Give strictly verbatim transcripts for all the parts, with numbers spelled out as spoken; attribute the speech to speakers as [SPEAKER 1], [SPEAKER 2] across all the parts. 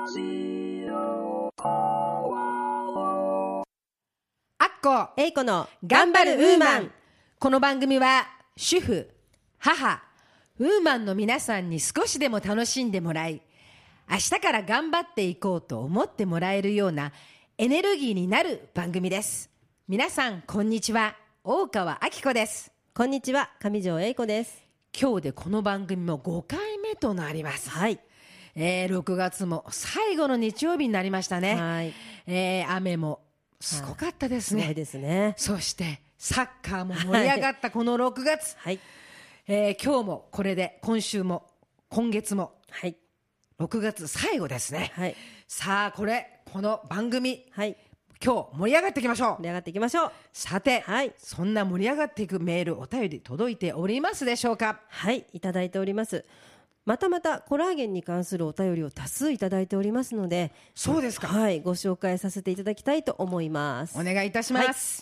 [SPEAKER 1] アッコ
[SPEAKER 2] えいこの
[SPEAKER 1] 頑張るウーマン。この番組は主婦、母、ウーマンの皆さんに少しでも楽しんでもらい、明日から頑張っていこうと思ってもらえるようなエネルギーになる番組です。皆さんこんにちは、大川明子です。
[SPEAKER 2] こんにちは、上条えいこです。
[SPEAKER 1] 今日でこの番組もごかいめとなります。
[SPEAKER 2] はい、
[SPEAKER 1] えー、ろくがつも最後の日曜日になりましたね。
[SPEAKER 2] はい、
[SPEAKER 1] えー、雨もすごかったですね。
[SPEAKER 2] すごいですね。
[SPEAKER 1] そしてサッカーも盛り上がったこのろくがつ、
[SPEAKER 2] はい、
[SPEAKER 1] えー、今日もこれで今週も今月も
[SPEAKER 2] はい、
[SPEAKER 1] ろくがつ最後ですね。
[SPEAKER 2] はい、
[SPEAKER 1] さあこれこの番組、
[SPEAKER 2] はい、
[SPEAKER 1] 今日盛り上がっていきましょう。
[SPEAKER 2] 盛り上がっていきましょう。
[SPEAKER 1] さて、
[SPEAKER 2] はい、
[SPEAKER 1] そんな盛り上がっていくメールお便り届いておりますでしょうか。
[SPEAKER 2] はい、いただいております。またまたコラーゲンに関するお便りを多数いただいておりますので、
[SPEAKER 1] そうですか。
[SPEAKER 2] はい、ご紹介させていただきたいと思います。
[SPEAKER 1] お願いいたします。
[SPEAKER 2] はい、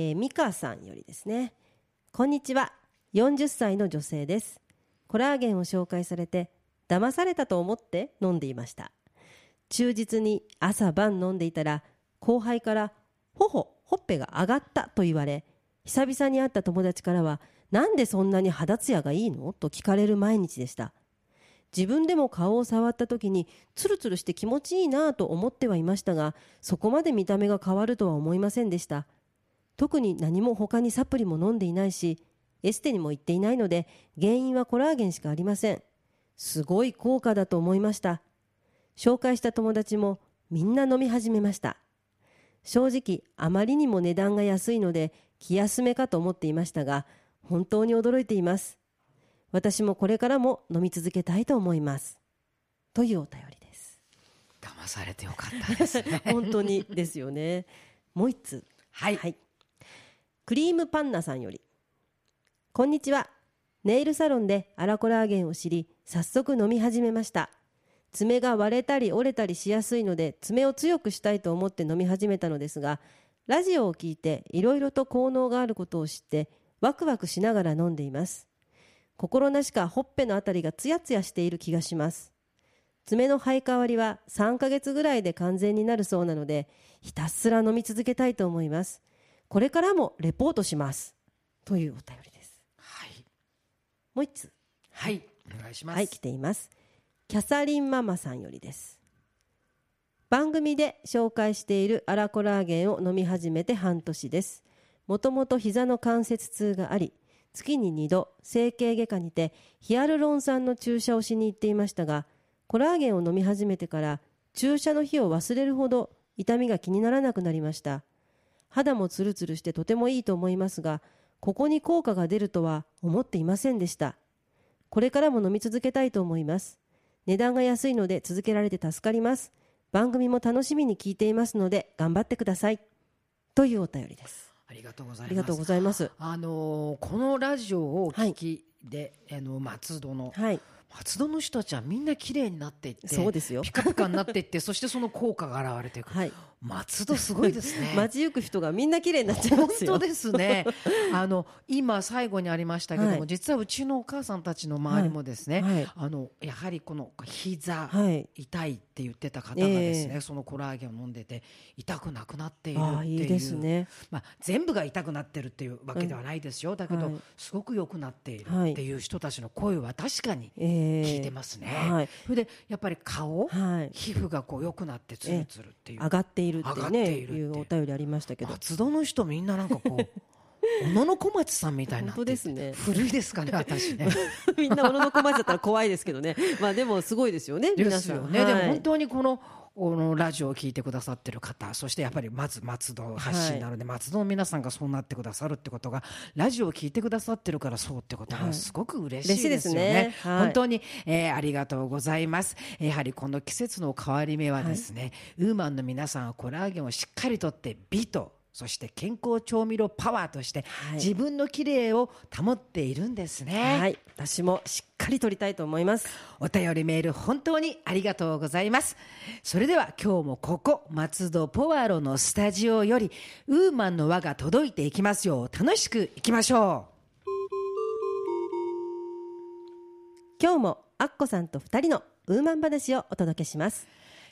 [SPEAKER 2] えー、ミカさんよりですね。こんにちは、よんじゅっさいの女性です。コラーゲンを紹介されて騙されたと思って飲んでいました。忠実に朝晩飲んでいたら、後輩から頬ほっぺが上がったと言われ、久々に会った友達からは、なんでそんなに肌ツヤがいいのと聞かれる毎日でした。自分でも顔を触った時にツルツルして気持ちいいなと思ってはいましたが、そこまで見た目が変わるとは思いませんでした。特に何も他にサプリも飲んでいないし、エステにも行っていないので、原因はコラーゲンしかありません。すごい効果だと思いました。紹介した友達もみんな飲み始めました。正直あまりにも値段が安いので気休めかと思っていましたが、本当に驚いています。私もこれからも飲み続けたいと思います、というお便りです。
[SPEAKER 1] 騙されてよかったですね
[SPEAKER 2] 本当にですよね。もう一つ、
[SPEAKER 1] はい、
[SPEAKER 2] はい、クリームパンナさんより、こんにちは。ネイルサロンでアラコラーゲンを知り、早速飲み始めました。爪が割れたり折れたりしやすいので、爪を強くしたいと思って飲み始めたのですが、ラジオを聞いていろいろと効能があることを知ってワクワクしながら飲んでいます。心なしかほっぺのあたりがツヤツヤしている気がします。爪の生え変わりはさんかげつぐらいで完全になるそうなので、ひたすら飲み続けたいと思います。これからもレポートします、というお便りです。
[SPEAKER 1] はい、
[SPEAKER 2] もう一つ、
[SPEAKER 1] はい、お願いします。
[SPEAKER 2] はい、来ています。キャサリンママさんよりです。番組で紹介しているアラコラーゲンを飲み始めて半年です。もともと膝の関節痛があり、月ににど整形外科にてヒアルロン酸の注射をしに行っていましたが、コラーゲンを飲み始めてから注射の日を忘れるほど痛みが気にならなくなりました。肌もツルツルしてとてもいいと思いますが、ここに効果が出るとは思っていませんでした。これからも飲み続けたいと思います。値段が安いので続けられて助かります。番組も楽しみに聞いていますので頑張ってください、というお便りです。
[SPEAKER 1] ありがとうございます。
[SPEAKER 2] ありがとうございます。
[SPEAKER 1] あのー、このラジオを聞きで、はい、あの松戸の、
[SPEAKER 2] はい、
[SPEAKER 1] 松戸の人たちはみんな綺麗になっていって、
[SPEAKER 2] そうですよ、
[SPEAKER 1] ピカピカになっていってそしてその効果が現れていく、はい、松戸すごいですね
[SPEAKER 2] 街行く人がみんな綺麗になっちゃいますよ。
[SPEAKER 1] 本当ですねあの今最後にありましたけども、はい、実はうちのお母さんたちの周りもですね、はいはい、あのやはりこの膝、はい、痛いって言ってた方がですね、えー、そのコラーゲンを飲んでて痛くなくなっているっていう、
[SPEAKER 2] いいですね。
[SPEAKER 1] まあ、全部が痛くなってるっていうわけではないですよ、だけど、はい、すごく良くなっているっていう人たちの声は確かに聞いてますね、えーはい、それでやっぱり顔、はい、皮膚がこう良くなってツルツルっていう、
[SPEAKER 2] 上がっているってね、いうお便りありましたけど、
[SPEAKER 1] 松戸の人みんななんかこう小野の小町さんみたいになっていて、
[SPEAKER 2] 本当ですね、
[SPEAKER 1] 古いですかね私ね
[SPEAKER 2] みんな小野の小町だったら怖いですけどねまあでもすごいですよね、皆さん。
[SPEAKER 1] ですよね、はい、でも本当にこのこのラジオを聞いてくださってる方、そしてやっぱりまず松戸発信なので、はい、松戸の皆さんがそうなってくださるってことが、ラジオを聞いてくださってるからそうってことがすごく嬉しいですよね、はい、嬉しいですね、はい、本当に、えー、ありがとうございます。やはりこの季節の変わり目はですね、はい、ウーマンの皆さんはコラーゲンをしっかりとって美とそして健康調味料パワーとして自分の綺麗を保っているんですね、
[SPEAKER 2] はい、私もしっかり取りたいと思います。
[SPEAKER 1] お便りメール本当にありがとうございます。それでは今日もここ松戸ポワロのスタジオよりウーマンの輪が届いていきますよう楽しくいきましょう。
[SPEAKER 2] 今日もアッコさんとふたりのウーマン話をお届けします。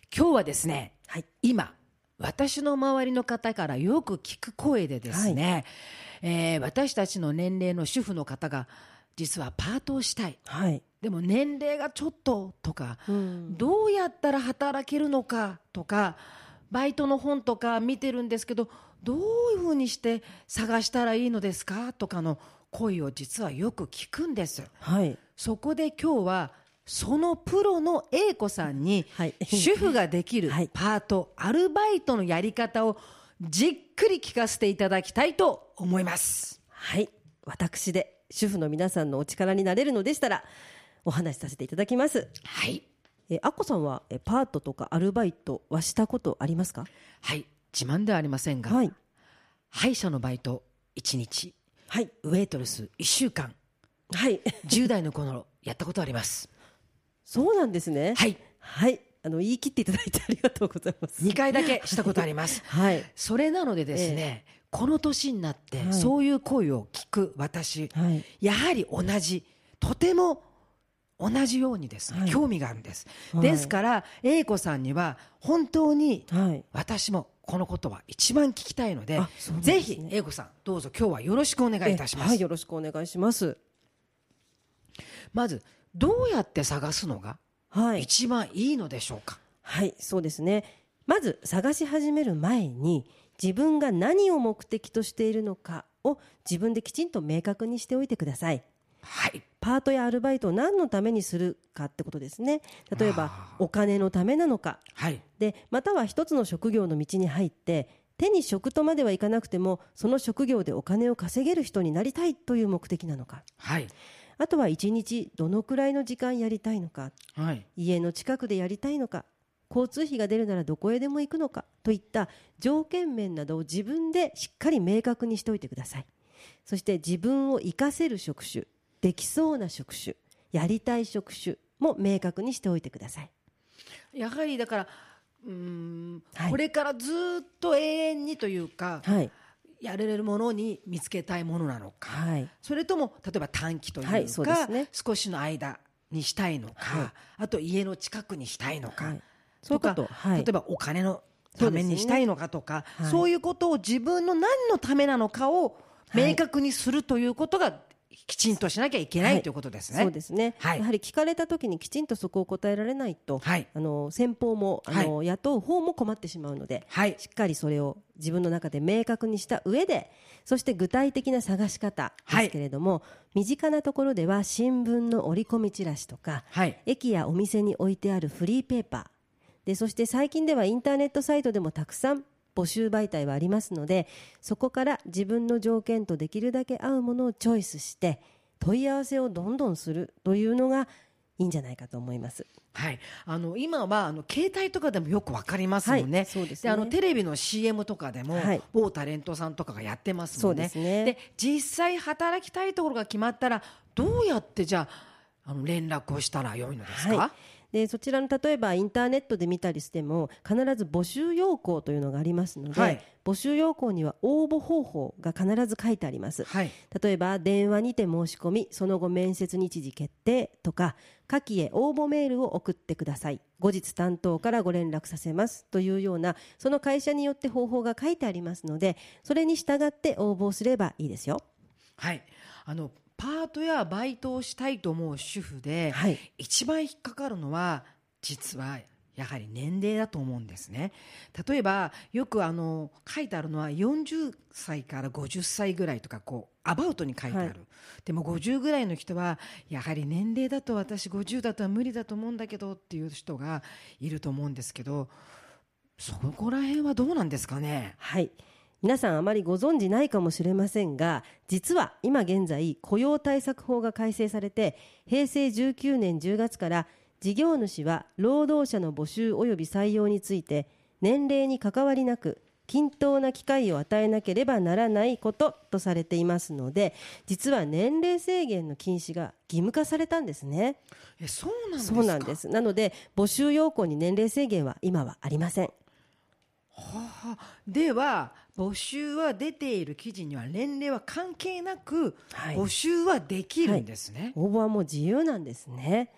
[SPEAKER 1] 今日はですね、
[SPEAKER 2] はい、
[SPEAKER 1] 今私の周りの方からよく聞く声でですね、はい、えー、私たちの年齢の主婦の方が実はパートをしたい、
[SPEAKER 2] はい、
[SPEAKER 1] でも年齢がちょっととか、
[SPEAKER 2] うん、
[SPEAKER 1] どうやったら働けるのかとか、バイトの本とか見てるんですけど、どういうふうにして探したらいいのですかとかの声を実はよく聞くんです、
[SPEAKER 2] はい、
[SPEAKER 1] そこで今日はそのプロの A 子さんに、
[SPEAKER 2] はい、
[SPEAKER 1] 主婦ができるパート、はい、アルバイトのやり方をじっくり聞かせていただきたいと思います。
[SPEAKER 2] はい、私で主婦の皆さんのお力になれるのでしたらお話しさせていただきます。
[SPEAKER 1] はい、
[SPEAKER 2] えあっこさんはえパートとかアルバイトはしたことありますか？
[SPEAKER 1] はい、自慢ではありませんが、
[SPEAKER 2] はい、
[SPEAKER 1] 歯医者のバイトいちにち、
[SPEAKER 2] はい、
[SPEAKER 1] ウェイトレスいっしゅうかん、
[SPEAKER 2] はい、
[SPEAKER 1] じゅう代の頃やったことあります。
[SPEAKER 2] そうなんですね。
[SPEAKER 1] はい、
[SPEAKER 2] はい、あの言い切っていただいてありがとうございます。
[SPEAKER 1] にかいだけしたことあります、
[SPEAKER 2] はい、
[SPEAKER 1] それなのでですね、ええ、この年になってそういう声を聞く私、はい、やはり同じ、とても同じようにですね、はい、興味があるんです、はい、ですから A 子さんには本当に私もこのことは一番聞きたいので、はい、ぜひ A 子さんどうぞ今日はよろしくお願いいたします。
[SPEAKER 2] はい、よろしくお願いします。
[SPEAKER 1] まずどうやって探すのが一番いいのでしょうか？
[SPEAKER 2] はい、そうですね。まず探し始める前に自分が何を目的としているのかを自分できちんと明確にしておいてください。
[SPEAKER 1] はい、
[SPEAKER 2] パートやアルバイトを何のためにするかってことですね。例えばお金のためなのか、
[SPEAKER 1] はい、
[SPEAKER 2] でまたは一つの職業の道に入って手に職とまではいかなくてもその職業でお金を稼げる人になりたいという目的なのか、
[SPEAKER 1] はい、
[SPEAKER 2] あとはいちにちどのくらいの時間やりたいのか、
[SPEAKER 1] はい、
[SPEAKER 2] 家の近くでやりたいのか、交通費が出るならどこへでも行くのかといった条件面などを自分でしっかり明確にしておいてください。そして自分を活かせる職種、できそうな職種、やりたい職種も明確にしておいてください。
[SPEAKER 1] やはりだからうーん、
[SPEAKER 2] はい、
[SPEAKER 1] これからずっと永遠にというか、
[SPEAKER 2] はい、
[SPEAKER 1] やれるものに見つけたいものなのか、
[SPEAKER 2] はい、
[SPEAKER 1] それとも例えば短期というか、
[SPEAKER 2] はいそうですね、
[SPEAKER 1] 少しの間にしたいのか、はい、あと家の近くにしたいのか、はい、
[SPEAKER 2] そういうこと、
[SPEAKER 1] とか、
[SPEAKER 2] はい、
[SPEAKER 1] 例えばお金のためにしたいのかとか、そうですね、そういうことを自分の何のためなのかを明確にするということがきちんとしなきゃいけない、はい、ということですね。
[SPEAKER 2] そうですね、
[SPEAKER 1] はい、
[SPEAKER 2] やはり聞かれた時にきちんとそこを答えられないと、はい、あの先方もあの、はい、雇う方も困ってしまうので、はい、しっかりそれを自分の中で明確にした上で、そして具体的な探し方ですけれども、はい、身近なところでは新聞の折り込みチラシとか、はい、駅やお店に置いてあるフリーペーパーで、そして最近ではインターネットサイトでもたくさん募集媒体はありますので、そこから自分の条件とできるだけ合うものをチョイスして問い合わせをどんどんするというのがいいんじゃないかと思います。
[SPEAKER 1] はい、あの今はあの携帯とかでもよくわかりますもんね。はい、そうですね。であのテレビの シーエム とかでも、はい、某タレントさんとかがやってますもんね。そうですね。で実際働きたいところが決まったらどうやってじゃあ、あの連絡をしたらよいのですか？はい、
[SPEAKER 2] でそちらの例えばインターネットで見たりしても必ず募集要項というのがありますので、はい、募集要項には応募方法が必ず書いてあります。はい、例えば電話にて申し込み、その後面接日時決定とか、下記へ応募メールを送ってください、後日担当からご連絡させますというような、その会社によって方法が書いてありますので、それに従って応募すればいいですよ。
[SPEAKER 1] はい、あのパートやバイトをしたいと思う主婦で、はい、一番引っかかるのは実はやはり年齢だと思うんですね。例えばよくあの書いてあるのはよんじゅっさいからごじゅっさいぐらいとか、こうアバウトに書いてある、はい、でもごじゅうぐらいの人はやはり年齢だと私ごじゅうだとは無理だと思うんだけどっていう人がいると思うんですけど、そこら辺はどうなんですかね？
[SPEAKER 2] はい、皆さんあまりご存じないかもしれませんが、実は今現在雇用対策法が改正されて、へいせいじゅうきゅうねんじゅうがつから事業主は労働者の募集及び採用について年齢に関わりなく均等な機会を与えなければならないこととされていますので、実は年齢制限の禁止が義務化されたんですね。
[SPEAKER 1] え、そうなんですか？
[SPEAKER 2] そうなんです。なので募集要項に年齢制限は今はありません。
[SPEAKER 1] はあ、では募集は出ている記事には年齢は関係なく募集はできるんですね。
[SPEAKER 2] はいはい、応募はもう自由なんですね。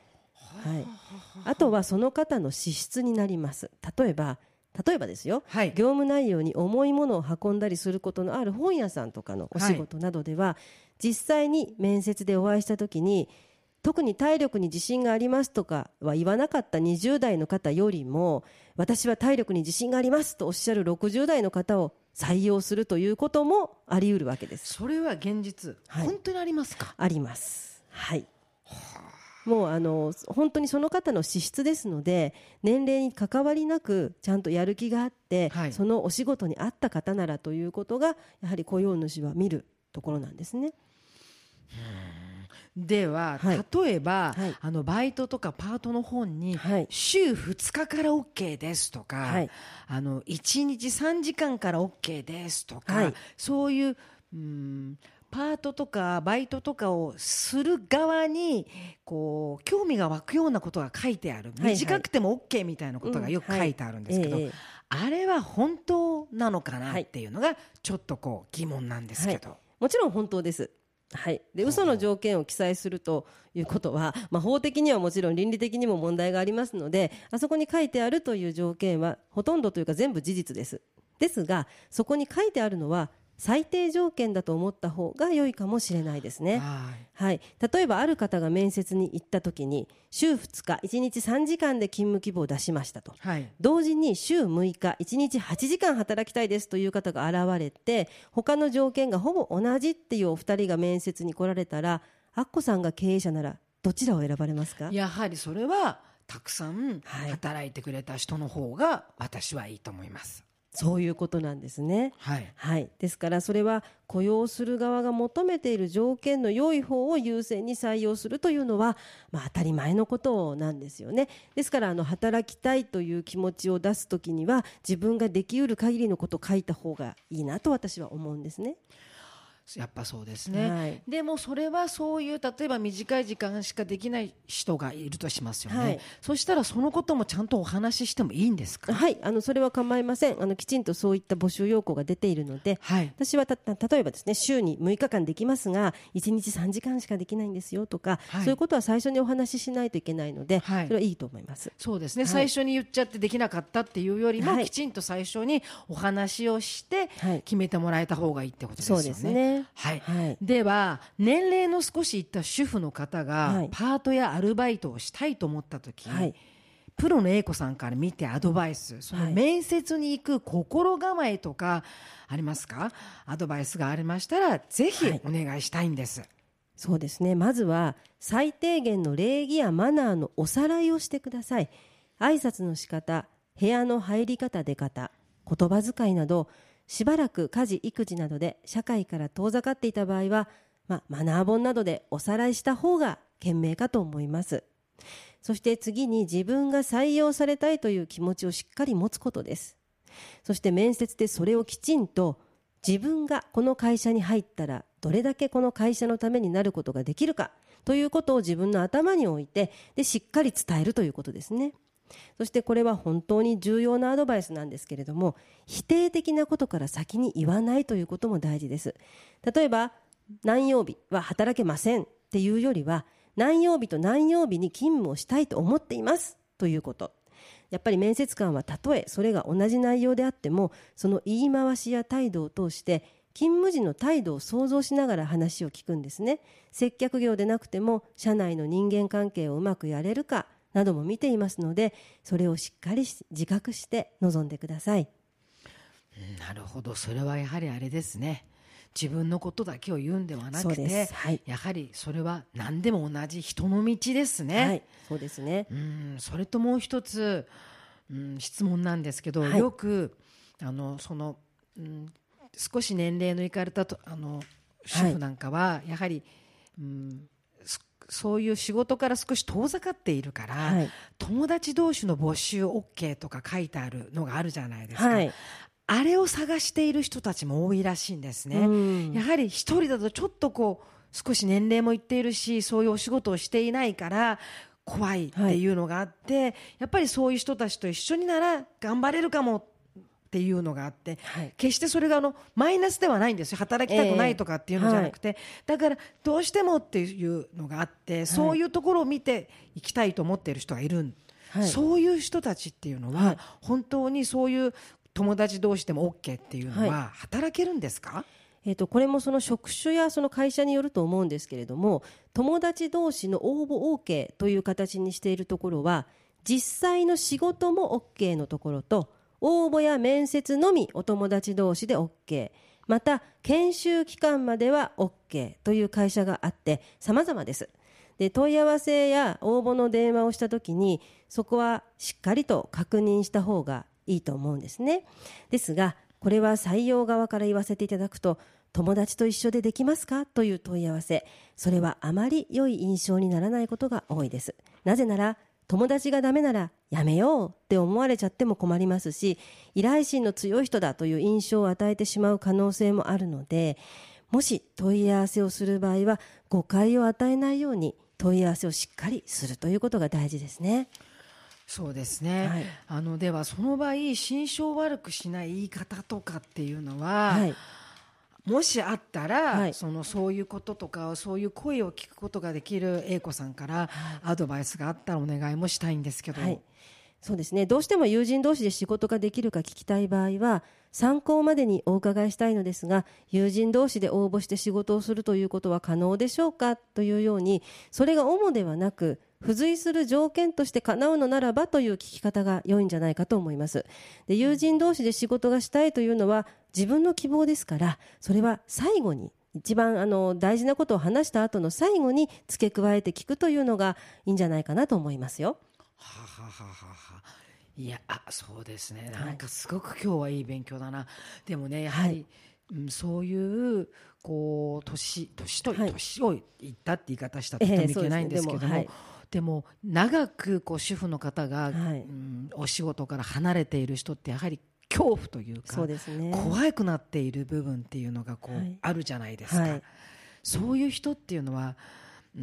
[SPEAKER 2] はい、あとはその方の資質になります。例えば例えばですよ、はい、業務内容に重いものを運んだりすることのある本屋さんとかのお仕事などでは、はい、実際に面接でお会いしたときに特に体力に自信がありますとかは言わなかったにじゅう代の方よりも、私は体力に自信がありますとおっしゃるろくじゅう代の方を採用するということもあり得るわけです。
[SPEAKER 1] それは現実、はい、本当にありますか？
[SPEAKER 2] あります。はい。もうあの本当にその方の資質ですので、年齢に関わりなくちゃんとやる気があって、はい、そのお仕事に合った方ならということがやはり雇用主は見るところなんですね。
[SPEAKER 1] うん、では、はい、例えば、はい、あのバイトとかパートの本に、はい、週ふつかから OK ですとか、はい、あのいちにちさんじかんから OK ですとか、はい、そういう、うん、パートとかバイトとかをする側にこう興味が湧くようなことが書いてある、はいはい、短くても OK みたいなことがよく書いてあるんですけど、うんはいえー、あれは本当なのかなっていうのがちょっとこう疑問なんですけど、はい、
[SPEAKER 2] もちろん本当です。はい、で嘘の条件を記載するということは、まあ、法的にはもちろん倫理的にも問題がありますので、あそこに書いてあるという条件はほとんどというか全部事実です。ですがそこに書いてあるのは最低条件だと思った方が良いかもしれないですね。はい、はい、例えばある方が面接に行った時に週ふつかいちにちさんじかんで勤務希望を出しましたと、はい、同時に週むいかいちにちはちじかん働きたいですという方が現れて、他の条件がほぼ同じっていうお二人が面接に来られたら、アッコさんが経営者ならどちらを選ばれますか？
[SPEAKER 1] やはりそれはたくさん働いてくれた人の方が私はいいと思います。
[SPEAKER 2] そういうことなんですね。
[SPEAKER 1] はい
[SPEAKER 2] はい、ですからそれは雇用する側が求めている条件の良い方を優先に採用するというのは、まあ、当たり前のことなんですよね。ですからあの働きたいという気持ちを出すときには自分ができうる限りのことを書いた方がいいなと私は思うんですね。
[SPEAKER 1] やっぱそうですね、はい、でもそれはそういう例えば短い時間しかできない人がいるとしますよね、はい、そしたらそのこともちゃんとお話ししてもいいんですか？
[SPEAKER 2] はい、あのそれは構いません。あのきちんとそういった募集要項が出ているので、はい、私はた例えばですね、週にむいかかんできますがいちにちさんじかんしかできないんですよとか、はい、そういうことは最初にお話ししないといけないので、はい、それはいいと思います。
[SPEAKER 1] そうですね、はい、最初に言っちゃってできなかったっていうよりも、はい、きちんと最初にお話をして決めてもらえた方がいいってことですよね。
[SPEAKER 2] そうですね、
[SPEAKER 1] はいはい、では年齢の少しいった主婦の方がパートやアルバイトをしたいと思った時、はい、プロの A 子さんから見てアドバイス、その面接に行く心構えとかありますか？アドバイスがありましたらぜひお願いしたいんです。はい、
[SPEAKER 2] そうですね、まずは最低限の礼儀やマナーのおさらいをしてください。挨拶の仕方、部屋の入り方出方、言葉遣いなどしばらく家事育児などで社会から遠ざかっていた場合は、まあ、マナー本などでおさらいした方が賢明かと思います。そして次に自分が採用されたいという気持ちをしっかり持つことです。そして面接でそれをきちんと自分がこの会社に入ったらどれだけこの会社のためになることができるかということを自分の頭に置いて、でしっかり伝えるということですね。そしてこれは本当に重要なアドバイスなんですけれども、否定的なことから先に言わないということも大事です。例えば何曜日は働けませんっていうよりは、何曜日と何曜日に勤務をしたいと思っていますということ。やっぱり面接官はたとえそれが同じ内容であっても、その言い回しや態度を通して勤務時の態度を想像しながら話を聞くんですね。接客業でなくても社内の人間関係をうまくやれるかなども見ていますので、それをしっかり自覚して臨んでください。
[SPEAKER 1] なるほど、それはやはりあれですね、自分のことだけを言うんではなくて、はい、やはりそれは何でも同じ人の道ですね。
[SPEAKER 2] はい、そうですね。
[SPEAKER 1] うん、それともう一つ、うん、質問なんですけど、はい、よくあのその、うん、少し年齢のいかれたとあの主婦なんかはやはり、うん、そういう仕事から少し遠ざかっているから、はい、友達同士の募集 OK とか書いてあるのがあるじゃないですか、はい、あれを探している人たちも多いらしいんですね。やはり一人だとちょっとこう少し年齢もいっているし、そういうお仕事をしていないから怖いっていうのがあって、はい、やっぱりそういう人たちと一緒になら頑張れるかもっっていうのがあって、
[SPEAKER 2] はい、
[SPEAKER 1] 決してそれがあのマイナスではないんですよ。働きたくないとかっていうのじゃなくて、えーはい、だからどうしてもっていうのがあって、そういうところを見ていきたいと思っている人がいる、はい、そういう人たちっていうのは、はい、本当にそういう友達同士でも OK っていうのは働けるんですか？はい、
[SPEAKER 2] えーと、これもその職種やその会社によると思うんですけれども、友達同士の応募 OK という形にしているところは、実際の仕事も OK のところと、応募や面接のみお友達同士で OK、 また研修期間までは OK という会社があって様々です。で、問い合わせや応募の電話をしたときに、そこはしっかりと確認した方がいいと思うんですね。ですが、これは採用側から言わせていただくと、友達と一緒でできますかという問い合わせ、それはあまり良い印象にならないことが多いです。なぜなら、友達がダメならやめようって思われちゃっても困りますし、依頼心の強い人だという印象を与えてしまう可能性もあるので、もし問い合わせをする場合は誤解を与えないように問い合わせをしっかりするということが大事ですね。
[SPEAKER 1] そうですね、はい、あのではその場合心象悪くしない言い方とかっていうのは、はい、もしあったら、はい、そのそういうこととかそういう声を聞くことができる英子さんからアドバイスがあったらお願いもしたいんですけど、はい、
[SPEAKER 2] そうですね、どうしても友人同士で仕事ができるか聞きたい場合は参考までにお伺いしたいのですが、友人同士で応募して仕事をするということは可能でしょうかというように、それが主ではなく付随する条件として叶うのならばという聞き方が良いんじゃないかと思います。で、友人同士で仕事がしたいというのは自分の希望ですから、それは最後に一番あの大事なことを話した後の最後に付け加えて聞くというのがいいんじゃないかなと思いますよ。
[SPEAKER 1] ははははは。いや、あ、そうですね、なんかすごく今日はいい勉強だな。でもね、やはり、はい、うん、そういうこう年年と、はい、年をいったって言い方したらとてもいけないんですけども、えーでもはい、でも長くこう主婦の方が、はい、うん、お仕事から離れている人ってやはり恐怖というか、そうですね、怖くなっている部分っていうのがこう、はい、あるじゃないですか、はい、そういう人っていうのは、うん、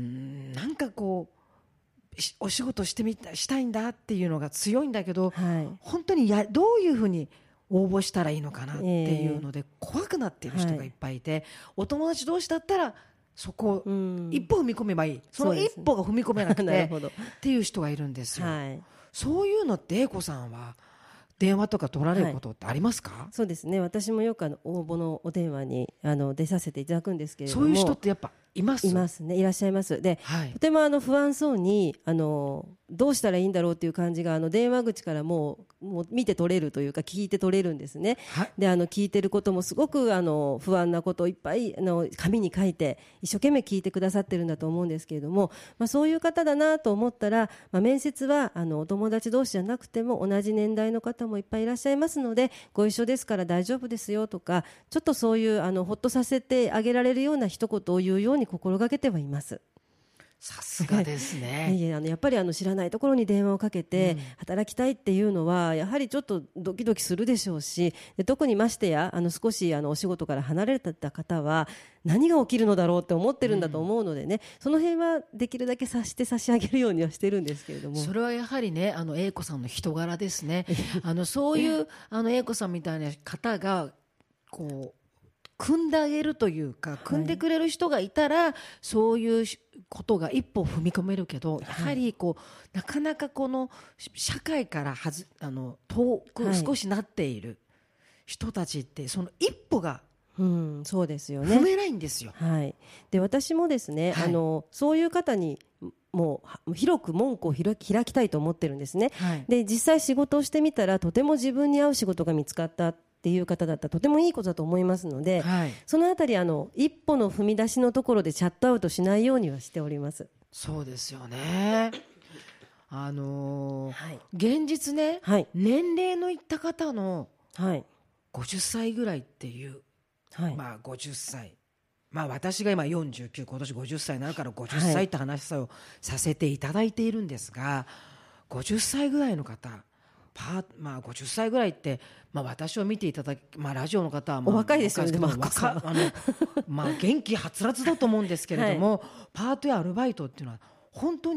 [SPEAKER 1] なんかこうお仕事してみたしたいんだっていうのが強いんだけど、はい、本当にやどういうふうに応募したらいいのかなっていうので怖くなっている人がいっぱいいて、はい、お友達同士だったらそこ一歩踏み込めばいい、その一歩が踏み込めなくてっていう人がいるんですよ、はい、そういうのって英子さんは電話とか取られることってありますか？はい、
[SPEAKER 2] そうですね、私もよくあの応募のお電話にあの出させていただくんですけれども、
[SPEAKER 1] そういう人ってやっぱいます
[SPEAKER 2] いますね、いらっしゃいます。で、はい、とてもあの不安そうにあのどうしたらいいんだろうっていう感じがあの電話口からもう、もう見て取れるというか聞いて取れるんですね。で、あの聞いてることもすごくあの不安なことをいっぱいあの紙に書いて一生懸命聞いてくださってるんだと思うんですけれども、まあ、そういう方だなと思ったら、まあ、面接はあのお友達同士じゃなくても同じ年代の方もいっぱいいらっしゃいますので、ご一緒ですから大丈夫ですよとか、ちょっとそういうあのほっとさせてあげられるような一言を言うように心がけてはいます。
[SPEAKER 1] さすがですね。
[SPEAKER 2] いや、あのやっぱりあの知らないところに電話をかけて働きたいっていうのはやはりちょっとドキドキするでしょうし、で特にましてやあの少しあのお仕事から離れた方は何が起きるのだろうって思ってるんだと思うのでね、うん、その辺はできるだけ察して差し上げるようにはしてるんですけれども、
[SPEAKER 1] それはやはりね、あの英子さんの人柄ですね。あのそういうあの英子さんみたいな方がこう組んであげるというか、組んでくれる人がいたら、はい、そういうことが一歩踏み込めるけど、やはりこう、はい、なかなかこの社会からはずあの遠く少しなっている人たちって、その一歩が
[SPEAKER 2] うん、そうですよね、
[SPEAKER 1] 踏めないんですよ。
[SPEAKER 2] はい、で私もですね、はい、あのそういう方にもう広く門戸を開きたいと思ってるんですね、はい、で実際仕事をしてみたらとても自分に合う仕事が見つかったっていう方だったらとてもいいことだと思いますので、はい、そのあたりあの一歩の踏み出しのところでシャットアウトしないようにはしております。
[SPEAKER 1] そうですよね。あのーはい、現実ね、はい、年齢のいった方のごじゅっさいぐらいっていう、はい、まあごじゅっさい、まあ、私が今よんじゅうきゅう、今年ごじゅっさいになるからごじゅっさいって話をさせていただいているんですが、ごじゅっさいぐらいの方パー、まあ、ごじゅっさいぐらいって、まあ、私を見ていただき、まあ、ラジオの方は、まあ、
[SPEAKER 2] お若いですよね、
[SPEAKER 1] まああのまあ、元気はつらつだと思うんですけれども、はい、パートやアルバイトっていうのは本当に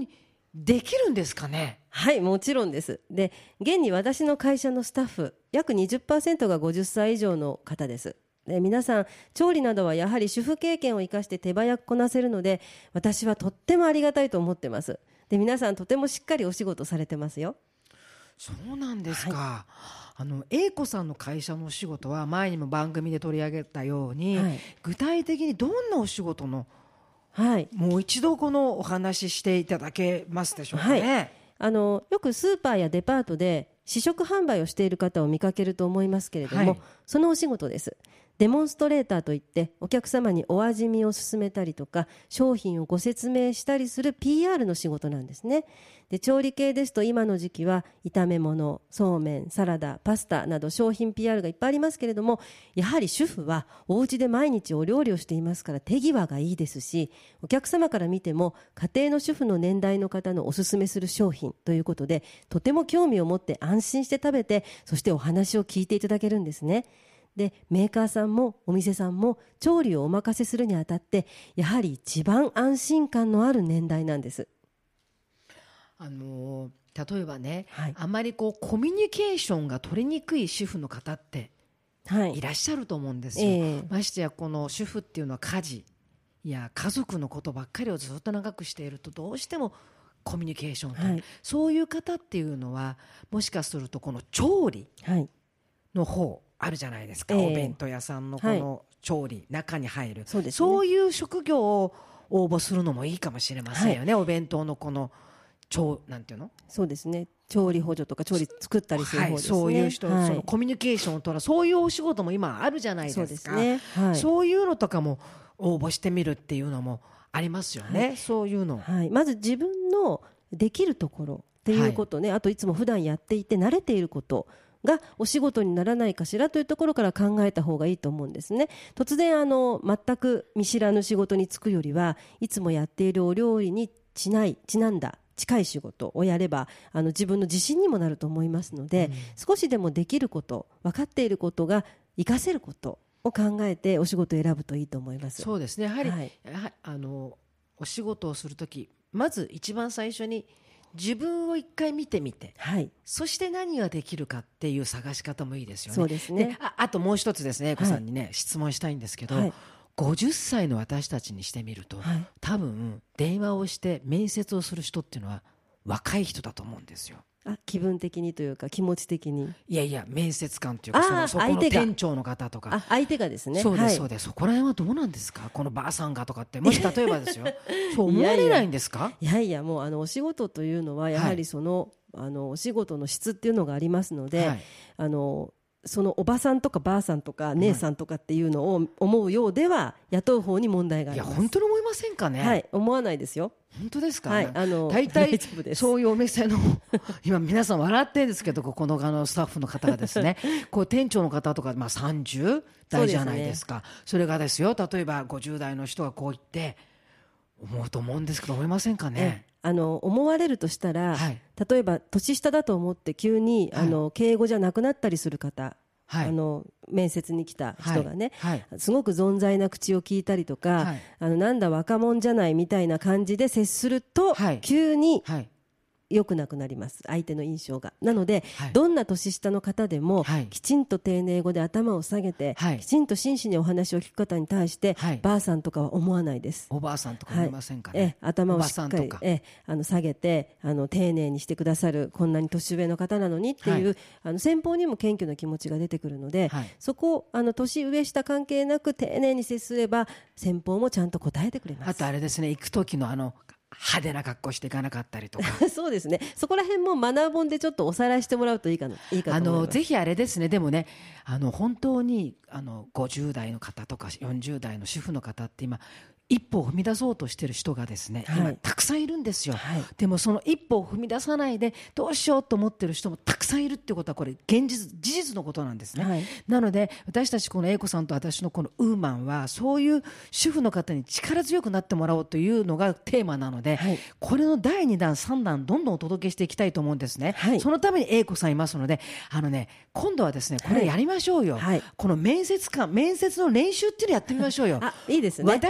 [SPEAKER 1] できるんですかね。
[SPEAKER 2] はい、もちろんです。で、現に私の会社のスタッフ約 にじゅっパーセント がごじゅっさい以上の方です。で、皆さん調理などはやはり主婦経験を生かして手早くこなせるので、私はとってもありがたいと思ってます。で、皆さんとてもしっかりお仕事されてますよ。
[SPEAKER 1] そうなんですか、
[SPEAKER 2] は
[SPEAKER 1] あの英子さんの会社のお仕事は前にも番組で取り上げたように、
[SPEAKER 2] はい、
[SPEAKER 1] 具体的にどんなお仕事の、
[SPEAKER 2] はい、
[SPEAKER 1] もう一度このお話ししていただけますでしょうかね。
[SPEAKER 2] はい、あのよくスーパーやデパートで試食販売をしている方を見かけると思いますけれども、はい、そのお仕事です。デモンストレーターといってお客様にお味見を勧めたりとか商品をご説明したりする ピーアール の仕事なんですね。で、調理系ですと今の時期は炒め物、そうめん、サラダ、パスタなど商品 ピーアール がいっぱいありますけれども、やはり主婦はお家で毎日お料理をしていますから手際がいいですし、お客様から見ても家庭の主婦の年代の方のおすすめする商品ということで、とても興味を持って安心して食べて、そしてお話を聞いていただけるんですね。で、メーカーさんもお店さんも調理をお任せするにあたってやはり一番安心感のある年代なんです。
[SPEAKER 1] あのー、例えばね、
[SPEAKER 2] はい、
[SPEAKER 1] あまりこうコミュニケーションが取りにくい主婦の方っていらっしゃると思うんですよ、はい、えー、ましてやこの主婦っていうのは家事や家族のことばっかりをずっと長くしているとどうしてもコミュニケーションと、はい、そういう方っていうのはもしかするとこの調理の方あるじゃないですか、えー、お弁当屋さんのこの調理、はい、中に入る そうですね、そういう職業を応募するのもいいかもしれませんよね、はい、お弁当のこの調なんていうの、
[SPEAKER 2] そうですね、調理補助とか調理作ったりする方ですね、
[SPEAKER 1] はい、そういう人、はい、そのコミュニケーションを取るそういうお仕事も今あるじゃないですか。そうですね、はい、そういうのとかも応募してみるっていうのもありますよね、はい、そういうの、
[SPEAKER 2] はい、まず自分のできるところっていうことね、はい、あといつも普段やっていて慣れていることがお仕事にならないかしらというところから考えた方がいいと思うんですね。突然あの全く見知らぬ仕事に就くよりはいつもやっているお料理にちないちなんだ近い仕事をやればあの自分の自信にもなると思いますので、うん、少しでもできること分かっていることが活かせることを考えてお仕事を選ぶといいと思います。
[SPEAKER 1] そうですね、やはり、はい、やはりあのお仕事をするときまず一番最初に自分を一回見てみて、はい、そして何ができるかっていう探し方もいいですよね。
[SPEAKER 2] そうですね。
[SPEAKER 1] で あ, あともう一つですね、英子さんにね、はい、質問したいんですけど、はい、ごじゅっさいの私たちにしてみると、はい、多分電話をして面接をする人っていうのは若い人だと思うんですよ。
[SPEAKER 2] あ、気分的にというか気持ち的に、
[SPEAKER 1] いやいや面接官というかそのそこの店長の方とか、
[SPEAKER 2] あ、相手がですね、
[SPEAKER 1] そうです、
[SPEAKER 2] はい、
[SPEAKER 1] そうです。そこら辺はどうなんですか、このばあさんがとかって、もし例えばですよそう思われないんですか。
[SPEAKER 2] いやいや、いやいや、もうあのお仕事というのはやはりその、はい、あのお仕事の質っていうのがありますので、はい、あのそのおばさんとかばあさんとか姉さんとかっていうのを思うようでは雇う方に問題があります。
[SPEAKER 1] いや本当に思いませんかね。
[SPEAKER 2] はい、思わないですよ。
[SPEAKER 1] 本当ですか、
[SPEAKER 2] はい、あの
[SPEAKER 1] 大体そういうお店の今皆さん笑ってるんですけど、ここのあのスタッフの方がですねこう店長の方とか、まあ、さんじゅう代じゃないですか。 そ, です、ね、それがですよ、例えばごじゅう代の人がこう言って思うと思うんですけど、思いませんかね。
[SPEAKER 2] あの思われるとしたら、はい、例えば年下だと思って急に、はい、あの敬語じゃなくなったりする方、はい、あの面接に来た人がね、はいはい、すごく存在な口を聞いたりとか、はい、あのなんだ若者じゃないみたいな感じで接すると、はい、急に良くなくなります、相手の印象が。なので、はい、どんな年下の方でも、はい、きちんと丁寧語で頭を下げて、はい、きちんと真摯にお話を聞く方に対して、はい、ばあさんとかは思わないです。
[SPEAKER 1] おばあさんとか思いませんかね、
[SPEAKER 2] はい、え頭をしっかりえあの下げてあの丁寧にしてくださる、こんなに年上の方なのにっていう、はい、あの先方にも謙虚な気持ちが出てくるので、はい、そこをあの年上下関係なく丁寧に接すれば先方もちゃんと答えてくれます。
[SPEAKER 1] あとあれですね、行く時のあの派手な格好していかなかったりとか
[SPEAKER 2] そうですね、そこら辺もマナー本でちょっとおさらいしてもらうといいかな、いいかと思います。
[SPEAKER 1] あのぜひあれですね、でもね、あの本当にあのごじゅう代の方とかよんじゅう代の主婦の方って今一歩を踏み出そうとしている人がですね、はい、今たくさんいるんですよ、はい、でもその一歩を踏み出さないでどうしようと思っている人もたくさんいるっていうことは、これ現実事実のことなんですね、はい、なので私たちこの英子さんと私のこのウーマンはそういう主婦の方に力強くなってもらおうというのがテーマなので、はい、これのだいにだんさんだんどんどんお届けしていきたいと思うんですね、はい、そのために英子さんいますので、あのね、今度はですねこれやりましょうよ、はい、この面接官面接の練習っていうのやってみましょうよ。
[SPEAKER 2] あ、いいですね。
[SPEAKER 1] 私が面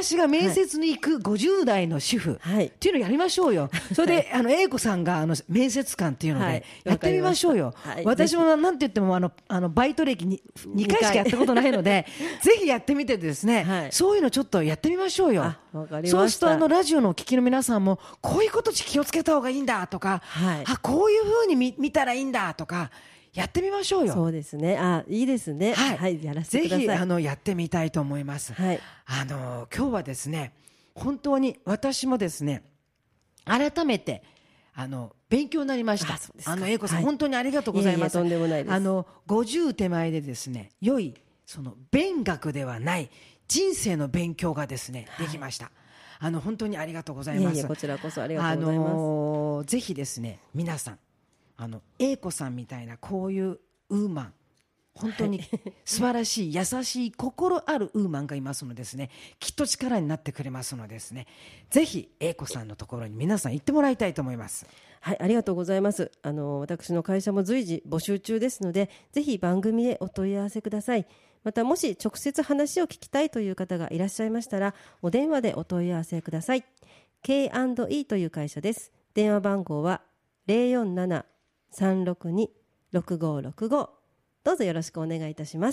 [SPEAKER 1] 面接に行くごじゅう代の主婦っていうのをやりましょうよ、はい、それであの A 子さんがあの面接官っていうのでやってみましょうよ、はい、私もなんて言ってもあのあのバイト歴 に, にかいしかやったことないのでぜひやってみてですね、はい、そういうのちょっとやってみましょうよ。
[SPEAKER 2] あ、わかりました。
[SPEAKER 1] そうするとあのラジオのお聞きの皆さんもこういうこと気をつけた方がいいんだとか、はい、あこういうふうに 見, 見たらいいんだとかやってみましょうよ。
[SPEAKER 2] そうですね。あ、いいですね。はい、はい、やらせてください。
[SPEAKER 1] ぜひあのやってみたいと思います。はい、あの今日はですね、本当に私もですね、改めてあの勉強になりました。あ, あの英子さん、はい、本当にありがとうございます。
[SPEAKER 2] いえいえ、とんでもないです。
[SPEAKER 1] あのごじゅう手前でですね、良いその勉学ではない人生の勉強がですね、はい、できました。あの本当にありがとうございます。
[SPEAKER 2] いえいえ、こちらこそありがとうございます。あの
[SPEAKER 1] ぜひですね、皆さんあの英子さんみたいなこういうウーマン、本当に素晴らしい優しい心あるウーマンがいますのでですね、きっと力になってくれますのでですね、ぜひ英子さんのところに皆さん行ってもらいたいと思います。
[SPEAKER 2] はい、ありがとうございます。あの私の会社も随時募集中ですので、ぜひ番組へお問い合わせください。またもし直接話を聞きたいという方がいらっしゃいましたら、お電話でお問い合わせください。 ケーアンドイー という会社です。電話番号は ゼロよんなな さんろくに ろくごろくご、どうぞよろしくお願いいたします。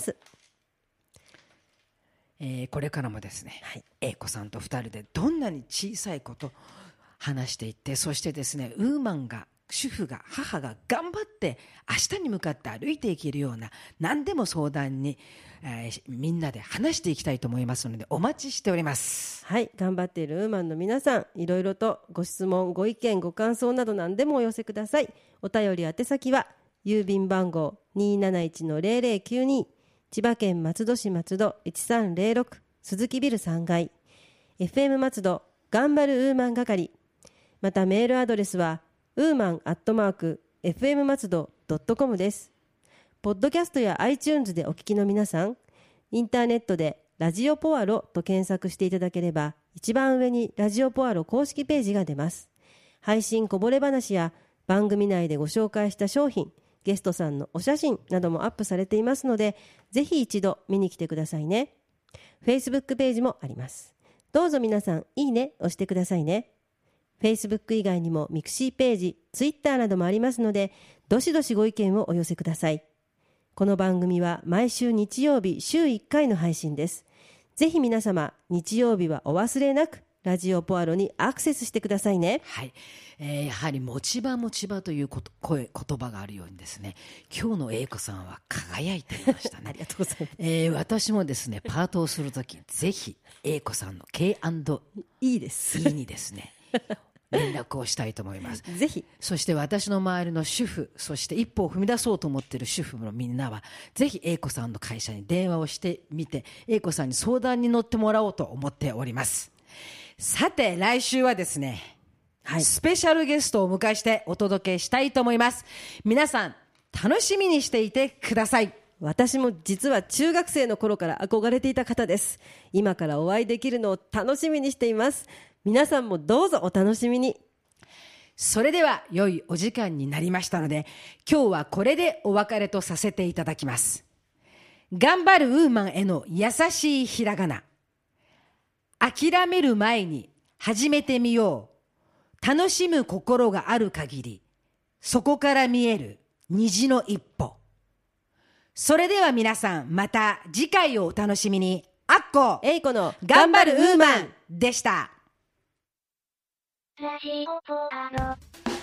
[SPEAKER 1] えー、これからもですね、はい、英子さんとふたりでどんなに小さいこと話していって、そしてですね、ウーマンが主婦が母が頑張って明日に向かって歩いていけるような何でも相談に、えー、みんなで話していきたいと思いますのでお待ちしております。
[SPEAKER 2] はい、頑張っているウーマンの皆さん、いろいろとご質問ご意見ご感想など何でもお寄せください。お便り宛先は郵便番号 にーなないちのゼロゼロきゅうに、 千葉県松戸市松戸いちさんゼロろく、鈴木ビルさんがい、 エフエム 松戸頑張るウーマン係。またメールアドレスはウーマンアットマーク エフエム 松戸 ドットコム です。ポッドキャストや iTunes でお聞きの皆さん、インターネットでラジオポアロと検索していただければ、一番上にラジオポアロ公式ページが出ます。配信こぼれ話や番組内でご紹介した商品、ゲストさんのお写真などもアップされていますので、ぜひ一度見に来てくださいね。 Facebook ページもあります。どうぞ皆さんいいね押してくださいね。 Facebook 以外にもミクシーページ、Twitter などもありますので、どしどしご意見をお寄せください。この番組は毎週日曜日週いっかいの配信です。ぜひ皆様日曜日はお忘れなくラジオポアロにアクセスしてくださいね。
[SPEAKER 1] はい、えー、やはり持ち場持ち場ということ声言葉があるようにですね、今日の英子さんは輝いていましたね。
[SPEAKER 2] ありがとうございます。
[SPEAKER 1] えー、私もですねパートをするときぜひ英子さんの ケーアンドイー
[SPEAKER 2] いいです
[SPEAKER 1] にですね連絡をしたいと思います。
[SPEAKER 2] ぜひ。
[SPEAKER 1] そして私の周りの主婦、そして一歩を踏み出そうと思っている主婦のみんなはぜひ英子さんの会社に電話をしてみて、英子さんに相談に乗ってもらおうと思っております。さて来週はですね、はい、スペシャルゲストをお迎えしてお届けしたいと思います。皆さん楽しみにしていてください。
[SPEAKER 2] 私も実は中学生の頃から憧れていた方です。今からお会いできるのを楽しみにしています。皆さんもどうぞお楽しみに。
[SPEAKER 1] それでは良いお時間になりましたので、今日はこれでお別れとさせていただきます。頑張るウーマンへの優しいひらがな。諦める前に始めてみよう。楽しむ心がある限り、そこから見える虹の一歩。それでは皆さん、また次回をお楽しみに。アッコ
[SPEAKER 2] エイコの
[SPEAKER 1] 頑張るウーマンでした。
[SPEAKER 3] ラジオポアロ。